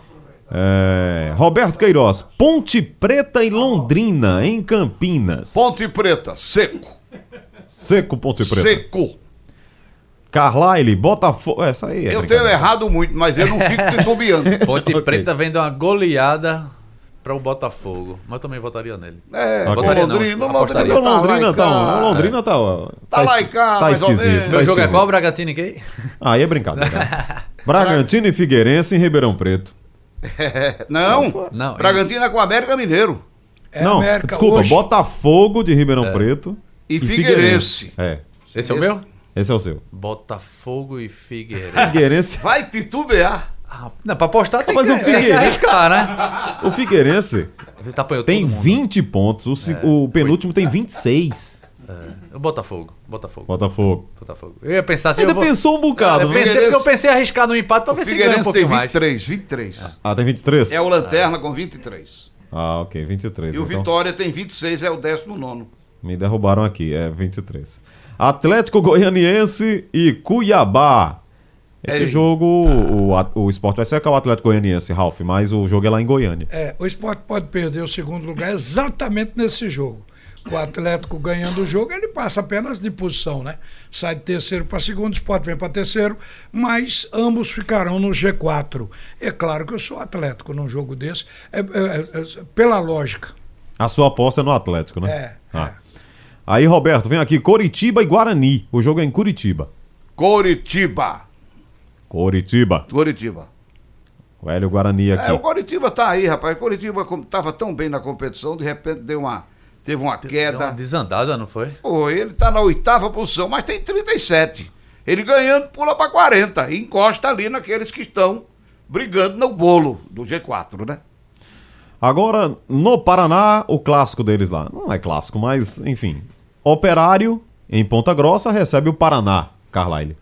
É, Roberto Queiroz, Ponte Preta e Londrina, em Campinas. Ponte Preta, seco. Seco Ponte Preta. Seco. Carlyle, Botafogo. Essa aí é eu brincadeira. tenho errado muito, mas eu não fico titubeando. Ponte Ok. Preta vem dar uma goleada para o Botafogo. Mas eu também votaria nele. É, Ok. o Votaria não, Londrina, o apostaria. Londrina O tá lá Londrina em tá, cá. o Londrina tá, ó, Tá lá es- em cá, tá mais ou esquisito. menos. tá Meu jogo é esquisito. qual, Bragantino e quem? Aí é brincadeira. Bragantino e Figueirense em Ribeirão Preto. É, não, Não, Bragantino é com o América Mineiro. É Não, América desculpa, hoje. Botafogo de Ribeirão Preto E Figueirense. É. Esse é o meu? Esse é o seu. Botafogo e Figueirense. Figueirense. Vai titubear. Ah, não, pra apostar tem Mas que, o Figueirense- tem que arriscar, né? O Figueirense Tá apanhando tem todo mundo. vinte pontos. O, se- o penúltimo tem vinte e seis. É, o Botafogo. Botafogo. Botafogo. Botafogo. Eu ia pensar assim. Ainda eu vou... pensou um bocado, eu né? pensei Figueirense- porque eu pensei em arriscar no empate pra O ver se ganha um Figueirense tem pouquinho vinte e mais. três, vinte e três. Ah, tem vinte e três? É o Lanterna com vinte e três. Ah, ok, vinte e três. E o então. Vitória tem vinte e seis, é o décimo nono. Me derrubaram aqui, é vinte e três. Atlético Goianiense e Cuiabá. Esse É. jogo, o, a- o Sport vai secar o Atlético Goianiense, Ralf, mas o jogo é lá em Goiânia. É, o Sport pode perder o segundo lugar exatamente nesse jogo. O Atlético ganhando o jogo, ele passa apenas de posição, né? Sai de terceiro para segundo, o Sport vem para terceiro, mas ambos ficarão no G quatro. É claro que eu sou Atlético num jogo desse, é, é, é, pela lógica. A sua aposta é no Atlético, né? É, Ah. Aí, Roberto, vem aqui, Coritiba e Guarani. O jogo é em Curitiba. Coritiba. Curitiba. Coritiba. O Hélio Guarani aqui. É, o Coritiba tá aí, rapaz. O Coritiba como tava tão bem na competição, de repente deu uma, teve uma Deu queda. uma desandada, não foi? Foi, ele tá na oitava posição, mas tem trinta e sete. Ele ganhando pula para quarenta e encosta ali naqueles que estão brigando no bolo do G quatro, né? Agora, no Paraná, o clássico deles lá. Não é clássico, mas, enfim. Operário, em Ponta Grossa, recebe o Paraná, Carlyle.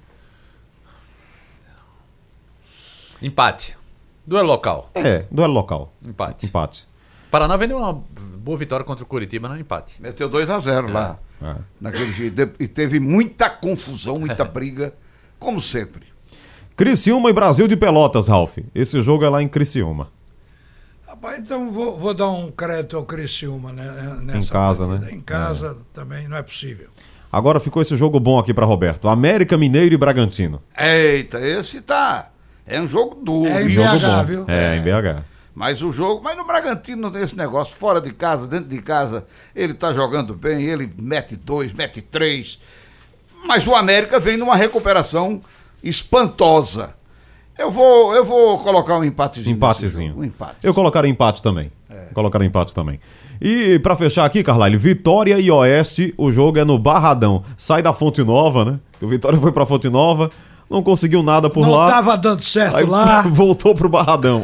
Empate. Duelo local. É, duelo local. Empate. Empate. Paraná vendeu uma boa vitória contra o Curitiba no empate. Meteu dois a zero lá. É. Naquele dia. De- E teve muita confusão, muita briga, como sempre. Criciúma e Brasil de Pelotas, Ralf. Esse jogo é lá em Criciúma. Rapaz, então vou, vou dar um crédito ao Criciúma, né? Nessa Em casa, partida. né? Em casa também, não é possível. Agora ficou esse jogo bom aqui pra Roberto. América, Mineiro e Bragantino. Eita, esse tá. É um jogo duro. É em isso. B H, Jogo bom. viu? É, em B H. Mas o jogo. Mas no Bragantino não tem esse negócio. Fora de casa, dentro de casa, ele tá jogando bem, ele mete dois, mete três. Mas o América vem numa recuperação espantosa. Eu vou, eu vou colocar um empatezinho. nesse Empatezinho. jogo, Um empate. Eu colocaria empate também. Colocaria empate também. E pra fechar aqui, Carlyle, Vitória e Oeste, o jogo é no Barradão. Sai da Fonte Nova, né? O Vitória foi pra Fonte Nova, não conseguiu nada por não lá. estava dando certo Aí lá. voltou pro Barradão.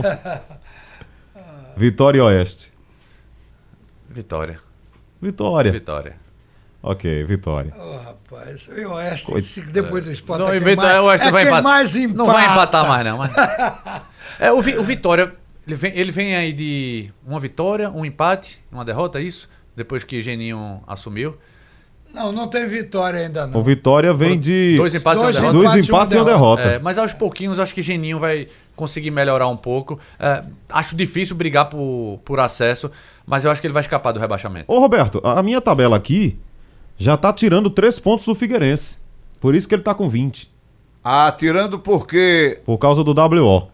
Vitória e Oeste. Vitória. Vitória. Vitória. Ok, Vitória. Ô, rapaz, o Oeste, Coit- se depois do esporte, Não, é o quem Vitória, mais, eu acho que é vai quem empatar. mais Não vai empata. empatar mais, não. Mas... É, o, Vi- o Vitória, ele vem, ele vem aí de uma vitória, um empate, uma derrota, é isso? Depois que Geninho assumiu. Não, não tem vitória ainda não. O Vitória vem de Dois empates e uma Dois derrota. dois empates e uma empates e uma derrota. É, mas aos pouquinhos acho que Geninho vai conseguir melhorar um pouco. É, acho difícil brigar por, por acesso, mas eu acho que ele vai escapar do rebaixamento. Ô, Roberto, a minha tabela aqui já tá tirando três pontos do Figueirense. Por isso que ele tá com vinte. Ah, tirando porque. Por causa do W O.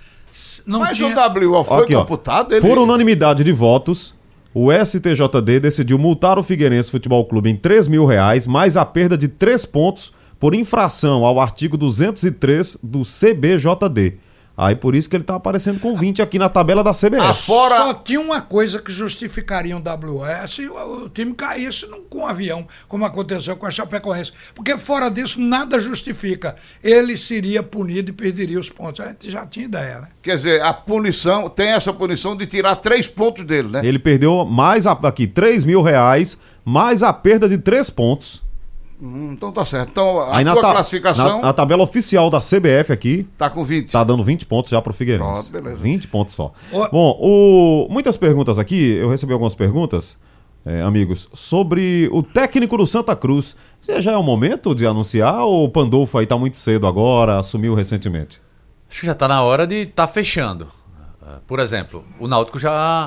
Não Mas tinha... o W O foi Aqui, ó. computado, ele. Por unanimidade de votos, o S T J D decidiu multar o Figueirense Futebol Clube em três mil reais, mais a perda de três pontos por infração ao artigo duzentos e três do C B J D. Aí por isso que ele tá aparecendo com vinte aqui na tabela da C B F. Afora- Só tinha uma coisa que justificaria um W O, é se o, o time caísse num- com um avião, como aconteceu com a Chapecoense. Porque fora disso, nada justifica. Ele seria punido e perderia os pontos. A gente já tinha ideia, né? Quer dizer, a punição, tem essa punição de tirar três pontos dele, né? Ele perdeu mais a, aqui três mil reais, mais a perda de três pontos. Hum, então tá certo. Então a Aí na, tua ta- classificação na, na tabela oficial da C B F aqui, tá com vinte. tá dando vinte pontos já pro Figueirense. Pronto, beleza. vinte pontos só. Ô- Bom, o- muitas perguntas aqui, eu recebi algumas perguntas, é, amigos, sobre o técnico do Santa Cruz. Você já é o momento de anunciar ou o Pandolfo aí tá muito cedo agora, assumiu recentemente? Acho que já está na hora de estar fechando. Uh, Por exemplo, o Náutico já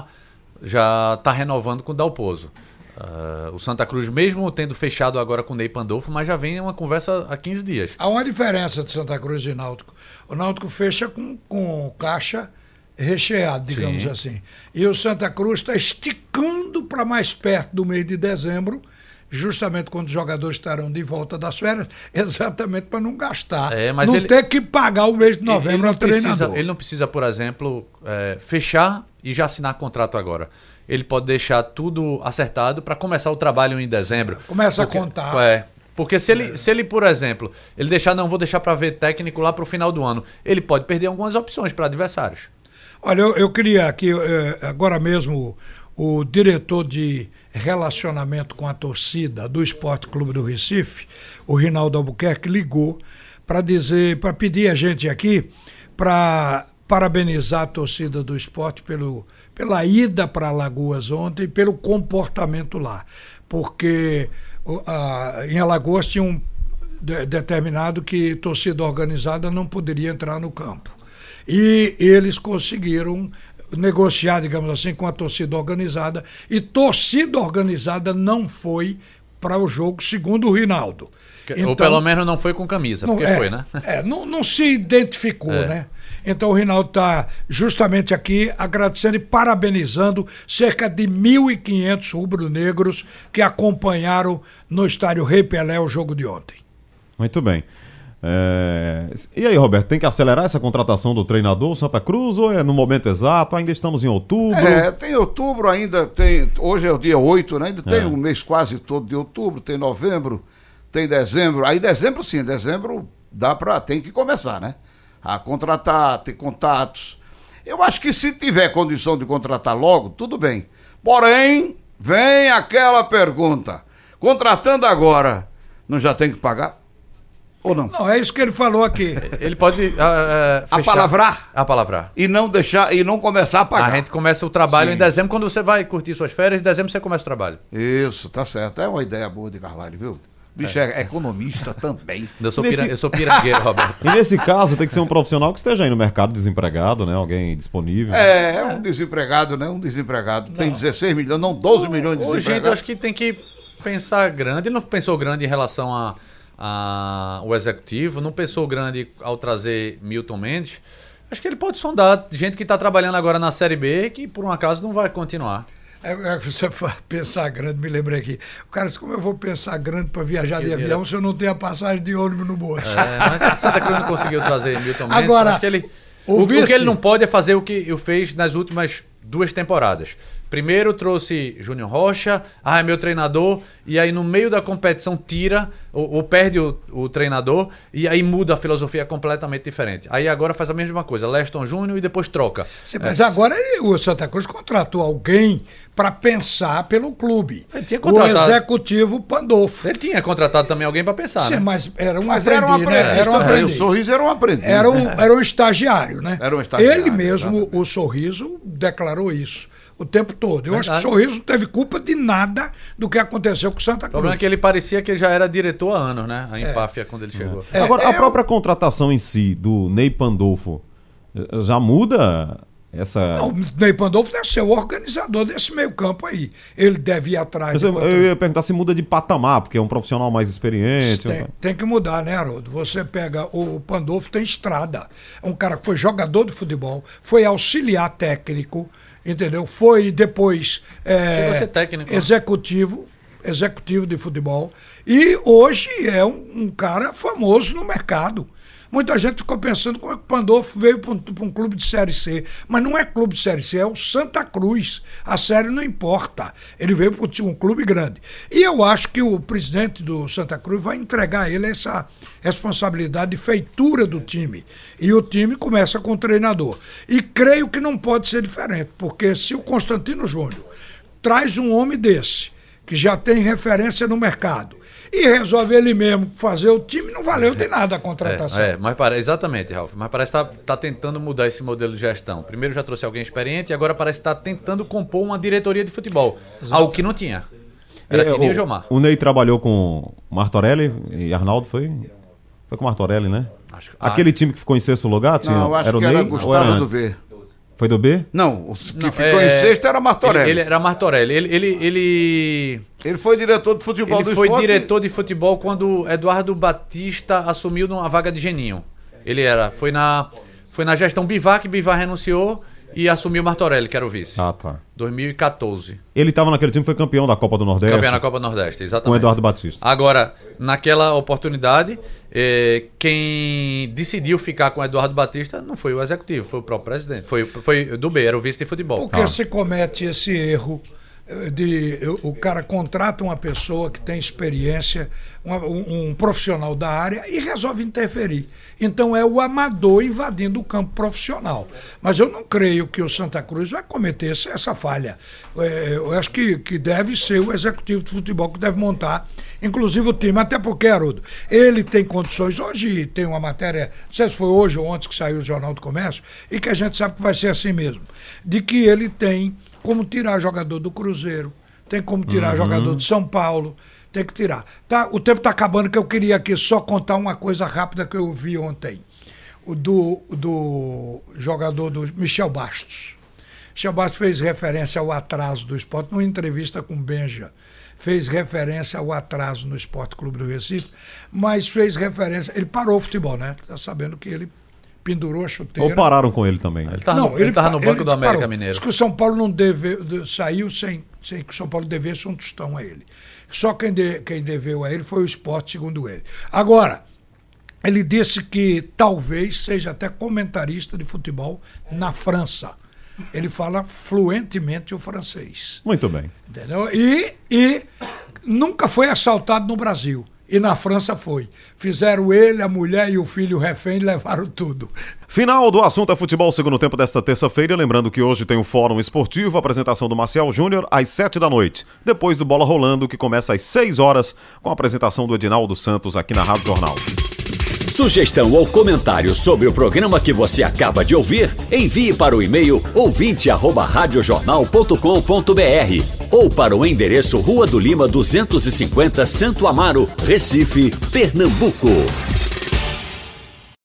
já está renovando com o Dalpozo. Uh, o Santa Cruz, mesmo tendo fechado agora com o Ney Pandolfo, mas já vem uma conversa há quinze dias. Há uma diferença de Santa Cruz e Náutico. O Náutico fecha com, com caixa recheado, digamos Sim. assim. E o Santa Cruz está esticando para mais perto do mês de dezembro, justamente quando os jogadores estarão de volta das férias, exatamente para não gastar. É, mas não ele- ter que pagar o mês de Ele- novembro ele, ao não precisa, treinador. ele não precisa, por exemplo, eh, fechar e já assinar contrato agora. Ele pode deixar tudo acertado para começar o trabalho em dezembro. Começa a Porque- contar. É, Porque se ele, se ele, por exemplo, ele deixar, não, vou deixar para ver técnico lá para o final do ano, ele pode perder algumas opções para adversários. Olha, eu, eu queria aqui, eh, agora mesmo, o, o diretor de relacionamento com a torcida do Esporte Clube do Recife, o Rinaldo Albuquerque, ligou para dizer, para pedir a gente aqui para parabenizar a torcida do esporte pelo, pela ida para Alagoas ontem e pelo comportamento lá. Porque uh, em Alagoas tinha um de, determinado que torcida organizada não poderia entrar no campo. E eles conseguiram negociar, digamos assim, com a torcida organizada, e torcida organizada não foi para o jogo, segundo o Rinaldo. Então, ou pelo menos não foi com camisa, porque não, é, foi, né? É, não, não se identificou, é. né? Então o Rinaldo está justamente aqui agradecendo e parabenizando cerca de mil e quinhentos rubro-negros que acompanharam no estádio Rei Pelé o jogo de ontem. Muito bem. É... E aí, Roberto, tem que acelerar essa contratação do treinador Santa Cruz ou é no momento exato? Ainda estamos em outubro? É, tem outubro ainda, tem, hoje é o dia oito, né? Ainda tem É. um mês quase todo de outubro, tem novembro, tem dezembro. Aí dezembro sim, dezembro dá pra, tem que começar, né? A contratar, ter contatos. Eu acho que se tiver condição de contratar logo, tudo bem. Porém, vem aquela pergunta. Contratando agora, não já tem que pagar? Ou não? Não, é isso que ele falou aqui. Ele pode uh, uh, fechar, Apalavrar? apalavrar. E não deixar, e não começar a pagar. A gente começa o trabalho Sim. em dezembro, quando você vai curtir suas férias, em dezembro você começa o trabalho. Isso, tá certo. É uma ideia boa de Carvalho, viu? Bicho é, é economista também. Eu sou, Nesse- pira... eu sou pirangueiro, Roberto. E nesse caso tem que ser um profissional que esteja aí no mercado desempregado, né? Alguém disponível. É, é um desempregado, né? Um desempregado. Tem dezesseis milhões, não, doze milhões de Ô, gente, eu desempregados. acho que tem que pensar grande. Ele não pensou grande em relação a, a, o executivo, não pensou grande ao trazer Milton Mendes. Acho que ele pode sondar gente que está trabalhando agora na Série B que por um acaso não vai continuar. É, é, você fala pensar grande, me lembrei aqui. O cara disse, como eu vou pensar grande para viajar de Eu- avião se eu não tenho a passagem de ônibus no bolso? É, mas Santa Cruz não conseguiu trazer Milton Mendes. Agora, Acho que ele, o o, o vice- que ele não pode é fazer o que eu fez nas últimas duas temporadas. Primeiro trouxe Júnior Rocha, ah, é meu treinador, e aí no meio da competição tira ou, ou perde o, o treinador, e aí muda a filosofia completamente diferente. Aí agora faz a mesma coisa, Leston Júnior e depois troca. Sim, mas agora ele- o Santa Cruz contratou alguém para pensar pelo clube. Ele tinha O contratado. executivo Pandolfo. Ele tinha contratado também alguém para pensar, Sim, né? mas era um Mas aprendiz, era um aprendiz, né? Era um também. aprendiz. O Sorriso era um aprendiz. Era um, era um estagiário, né? Era um estagiário, Ele mesmo, exatamente. o Sorriso, declarou isso o tempo todo. Eu Verdade. acho que o Sorriso não teve culpa de nada do que aconteceu com o Santa O problema é Cruz. que ele parecia que ele já era diretor há anos, né? A empáfia quando ele chegou. É, Agora, a eu- própria contratação em si do Ney Pandolfo eh, já muda essa... Não, o Ney Pandolfo deve ser o organizador desse meio campo aí. Ele deve ir atrás. Eu, de eu ia perguntar se muda de patamar, porque é um profissional mais experiente. Tem, tem que mudar, né, Haroldo? Você pega o Pandolfo, tem estrada. É um cara que foi jogador de futebol, foi auxiliar técnico, entendeu? Foi depois é, Chegou a ser técnico, né? executivo, executivo de futebol. E hoje é um, um cara famoso no mercado. Muita gente ficou pensando como é que o Pandolfo veio para um, pra um clube de Série C. Mas não é clube de Série C, é o Santa Cruz. A série não importa. Ele veio para um clube grande. E eu acho que o presidente do Santa Cruz vai entregar a ele essa responsabilidade de feitura do time. E o time começa com o treinador. E creio que não pode ser diferente, porque se o Constantino Júnior traz um homem desse, que já tem referência no mercado, e resolve ele mesmo fazer o time, não valeu de nada a contratação. É, é, mas parece, exatamente, Ralf. Mas parece que está tá tentando mudar esse modelo de gestão. Primeiro já trouxe alguém experiente e agora parece que está tentando compor uma diretoria de futebol. Algo que não tinha. Era É, Tininho e o, Jomar. o Ney trabalhou com Martorelli e Arnaldo, foi? Foi com Martorelli, né? Acho que- Aquele time que ficou em sexto lugar, tinha, Não, eu acho era o que Ney era ou era Gustavo do antes? B. Foi do B? Não, o que Não, ficou é, em sexto era Martorelli. Ele, Ele, ele era Martorelli. Ele, ele, ele, foi diretor de futebol ele do foi esporte. diretor de futebol quando Eduardo Batista assumiu numa vaga de Geninho. Ele era. Foi na, foi na gestão Bivar, que Bivar renunciou e assumiu Martorelli, que era o vice. Ah, tá. dois mil e quatorze. Ele estava naquele time, foi campeão da Copa do Nordeste. Campeão na Copa Nordeste, exatamente. Com Eduardo Batista. Agora, naquela oportunidade, eh, quem decidiu ficar com Eduardo Batista não foi o executivo, foi o próprio presidente. Foi, foi do B, era o vice de futebol. Porque Ah. se comete esse erro de o cara contrata uma pessoa que tem experiência, uma, um, um profissional da área e resolve interferir. Então é o amador invadindo o campo profissional. Mas eu não creio que o Santa Cruz vai cometer essa, essa falha. É, eu acho que, que deve ser o executivo de futebol que deve montar, inclusive o time, até porque, Haroldo, ele tem condições. Hoje tem uma matéria, não sei se foi hoje ou ontem que saiu o Jornal do Comércio, e que a gente sabe que vai ser assim mesmo, de que ele tem como tirar jogador do Cruzeiro, tem como tirar uhum. jogador de São Paulo, tem que tirar. Tá, o tempo está acabando, que eu queria aqui só contar uma coisa rápida que eu vi ontem. O do, do jogador do Michel Bastos. Michel Bastos fez referência ao atraso do esporte, numa entrevista com o Benja. Fez referência ao atraso no Esporte Clube do Recife, mas fez referência... Ele parou o futebol, né? Está sabendo que ele pendurou a chuteira. Ou pararam com ele também. Ele estava no, ele tava no banco do América parou. Mineiro. Diz que o São Paulo não deve, saiu sem, sem que o São Paulo devesse um tostão a ele. Só quem, de, quem deveu a ele foi o Sport, segundo ele. Agora, ele disse que talvez seja até comentarista de futebol na França. Ele fala fluentemente o francês. Muito bem. Entendeu? E, e nunca foi assaltado no Brasil. E na França foi. Fizeram ele, a mulher e o filho refém e levaram tudo. Final do Assunto é Futebol, segundo tempo desta terça-feira. Lembrando que hoje tem o Fórum Esportivo, apresentação do Marcial Júnior, às sete da noite. Depois do Bola Rolando, que começa às seis horas, com a apresentação do Edinaldo Santos aqui na Rádio Jornal. Sugestão ou comentário sobre o programa que você acaba de ouvir, envie para o e-mail ouvinte arroba radiojornal ponto com ponto br ou para o endereço Rua do Lima duzentos e cinquenta, Santo Amaro, Recife, Pernambuco.